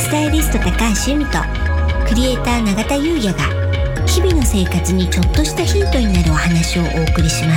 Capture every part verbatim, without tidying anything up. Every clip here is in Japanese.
スタイリスト高橋由美とクリエイター永田優也が日々の生活にちょっとしたヒントになるお話をお送りします。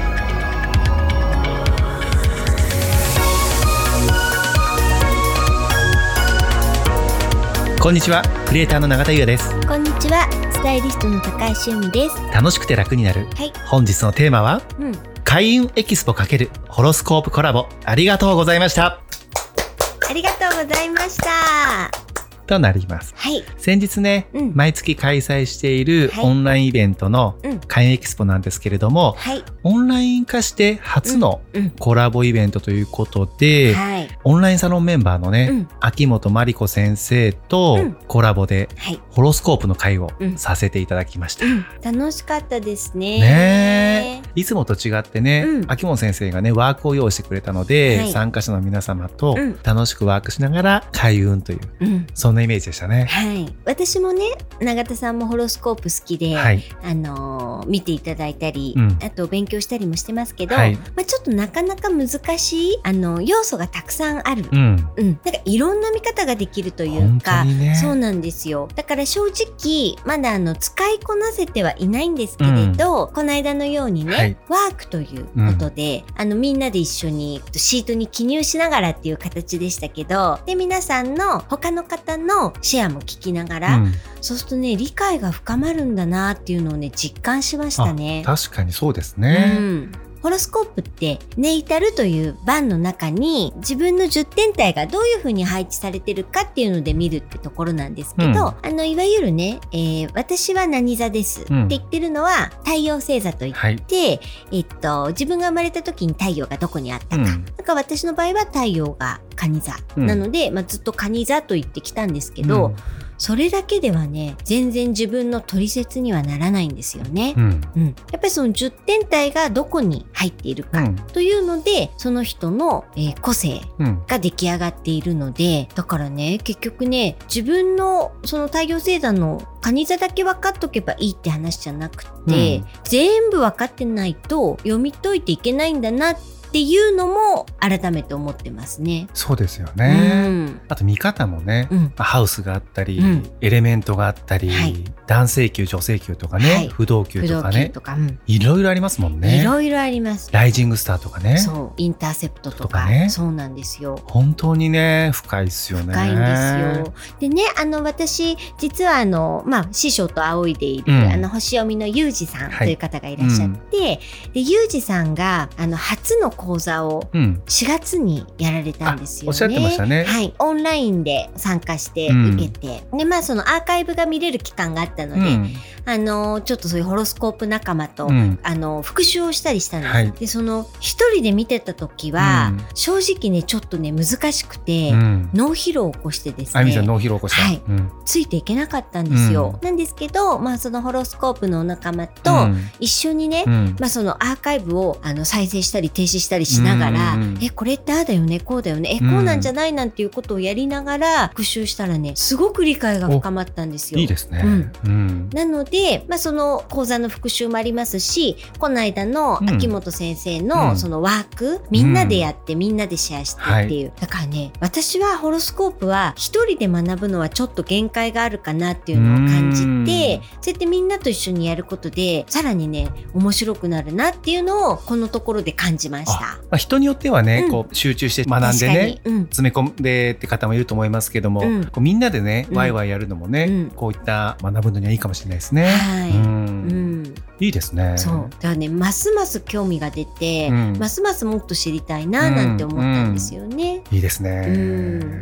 こんにちは、クリエイターの永田優也です。 こんにちは、スタイリストの高橋由美です。 楽しくて楽になる、 はい、 本日のテーマは、うん、開運エキスポ×ホロスコープコラボ、ありがとうございました。 ありがとうございましたとなります、はい、先日ね、うん、毎月開催しているオンラインイベントの開運エキスポなんですけれども、はい、オンライン化して初のコラボイベントということで、うんうん、オンラインサロンメンバーのね、うん、秋元真理子先生とコラボでホロスコープの会をさせていただきました、うんうん、楽しかったですね。 ねいつもと違ってね、うん、秋元先生がねワークを用意してくれたので、はい、参加者の皆様と楽しくワークしながら開運という、うん、そんなイメージでしたね。 はい、私もね永田さんもホロスコープ好きで、はい、あのー、見ていただいたり、うん、あと勉強したりもしてますけど、はい、まあ、ちょっとなかなか難しいあの要素がたくさんある、うんうん、なんかいろんな見方ができるというか、ね、そうなんですよ。だから正直まだあの使いこなせてはいないんですけれど、うん、この間のようにね、はい、ワークということで、うん、あのみんなで一緒にシートに記入しながらっていう形でしたけど、で皆さんの他の方のシェアも聞きながら、うん、そうするとね理解が深まるんだなっていうのをね実感しましたね。 確かにそうですね、うん、 ホロスコープってネイタルという盤の中に自分のじゅってん体がどういう風に配置されてるかっていうので見るってところなんですけど、うん、あのいわゆるね、えー、私は何座です、うん、って言ってるのは太陽星座といって、はい、えっと、自分が生まれた時に太陽がどこにあったか、うん、なんか私の場合は太陽が蟹座、うん、なので、まあ、ずっと蟹座と言ってきたんですけど、うん、それだけではね全然自分の取説にはならないんですよね、うんうん、やっぱりそのじゅってん体がどこに入っているかというので、うん、その人の、えー、個性が出来上がっているので、だからね結局ね自分のその太陽星座の蟹座だけ分かっとけばいいって話じゃなくて、うん、全部分かってないと読み解いていけないんだなっていうのも改めて思ってますね。 そうですよね、うん、あと見方もね、うん、ハウスがあったり、うん、エレメントがあったり、はい、男性球女性球とかね、はい、不動球とかねとか、うん、いろいろありますもんね。 いろいろあります。 ライジングスターとかね、 そうインターセプトとか、とかね、そうなんですよ。 本当にね深いですよね。 深いんですよ。でねあの私実はあの、まあ、師匠と仰いでいる、うん、あの星読みのユージさんという方がいらっしゃって、はい、うん、でユージさんがあの初の講座をしがつにやられたんですよね。 おっしゃってましたね。 はい、オンラインで参加して受けて、うん、でまあそのアーカイブが見れる期間があったので、うん、あのちょっとそういうホロスコープ仲間と、うん、あの復習をしたりしたんです、はい、でその一人で見てた時は、うん、正直ねちょっとね難しくて、うん、脳疲労を起こしてですね。 あみちゃん脳疲労を起こした、はい、 うん、ついていけなかったんですよ、うん、なんですけど、まあ、そのホロスコープのお仲間と一緒にね、うん、まあ、そのアーカイブをあの再生したり停止したりしながら、うん、えこれってああだよねこうだよねえこうなんじゃないなんていうことをやりながら復習したらねすごく理解が深まったんですよ。 いいですね、 うんうん、なので、まあ、その講座の復習もありますし、この間の秋元先生のそのワーク、うん、みんなでやって、うん、みんなでシェアしてっていう、はい、だからね私はホロスコープは一人で学ぶのはちょっと限界があるかなっていうのを感じて、そうやってみんなと一緒にやることでさらにね面白くなるなっていうのをこのところで感じました。 まあ、人によってはね、うん、こう集中して学んでね、うん、詰め込んでって方もいると思いますけども、うん、こうみんなでね、うん、ワイワイやるのもね、うん、こういった学ぶのにはいいかもしれないですね。 はい、うんうんいいですね。 そうだからねますます興味が出て、うん、ますますもっと知りたいななんて思ったんですよね、うんうん、 いいですね、うん、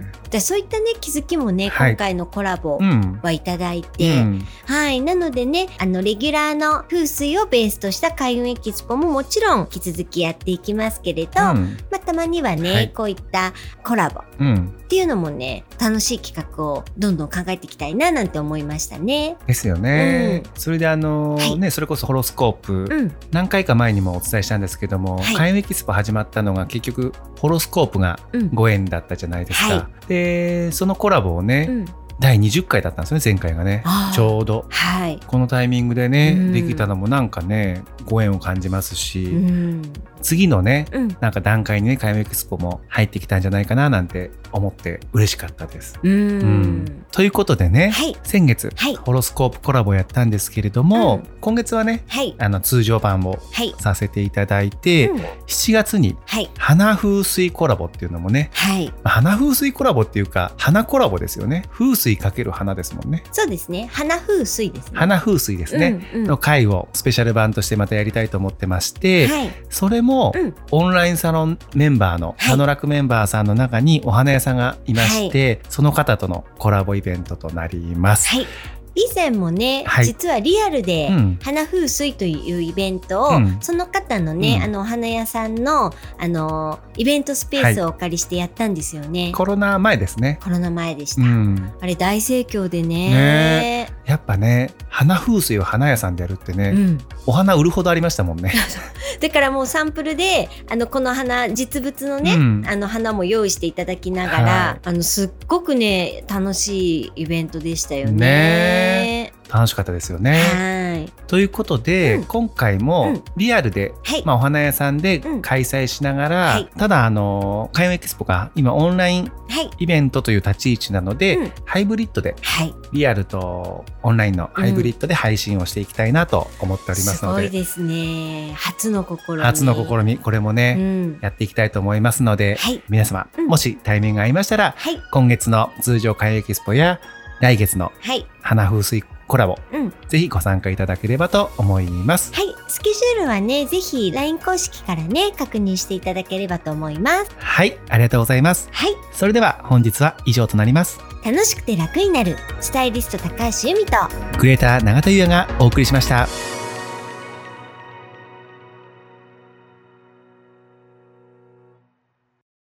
でそういったね気づきもね、はい、今回のコラボはいただいて、うん、はいなのでねあのレギュラーの風水をベースとした開運エキスポももちろん引き続きやっていきますけれど、うん、まあ、たまにはね、はい、こういったコラボっていうのもね楽しい企画をどんどん考えていきたいななんて思いましたね。 ですよね、うん、それであのーはい、ねそれこそホロスコープ、うん、何回か前にもお伝えしたんですけども、はい、開運エキスポ始まったのが結局ホロスコープがご縁だったじゃないですか、うんはい、でそのコラボをね、うん、だいにじゅっかいだったんですよね前回がねちょうど、はい、このタイミングでね、うん、できたのもなんかねご縁を感じますし、うん、 次のね、うん、なんか段階にね、開運エキスポも入ってきたんじゃないかななんて思って嬉しかったです。 うんうん、 ということでね、 はい、 先月、はい、ホロスコープコラボやったんですけれども、うん、今月はね、はい、あの通常版をさせていただいて、はい、しちがつに花風水コラボっていうのもね、はい、花風水コラボっていうか花コラボですよね。風水かける花ですもんね。 そうですね、花風水ですね。 花風水ですね、うんうん、の回をスペシャル版としてまたやりたいと思ってまして、はい、それも、うん、オンラインサロンメンバーの、はい、花楽メンバーさんの中にお花屋さんがいまして、はい、その方とのコラボイベントとなります。はい、 以前もね、はい、実はリアルで花風水というイベントを、うん、その方のね、うん、あのお花屋さんのあのイベントスペースをお借りしてやったんですよね、はい、 コロナ前ですね。 コロナ前でした、うん、あれ大盛況で ね, ねやっぱね、花風水を花屋さんでやるってね、うん、お花売るほどありましたもんねだからもうサンプルであのこの花実物のね、うん、あの花も用意していただきながら、はい、あのすっごくね楽しいイベントでしたよ ね, ね楽しかったですよね。はい、ということで、うん、今回もリアルで、うんまあ、お花屋さんで開催しながら、うんはい、ただあの開運エキスポが今オンラインイベントという立ち位置なので、うん、ハイブリッドで、はい、リアルとオンラインのハイブリッドで配信をしていきたいなと思っておりますので、 すごいですね。初の試み初の試みこれもね、うん、やっていきたいと思いますので、はい、皆様、うん、もしタイミングが合いましたら、はい、今月の通常開運エキスポや来月の花風水コラボ、うん、ぜひご参加いただければと思います。 はい、スケジュールはね、ぜひ ライン 公式からね、確認していただければと思います。 はい、ありがとうございます。はい、それでは本日は以上となります。 楽しくて楽になるスタイリスト高橋由美とクリエイター永田優也がお送りしました。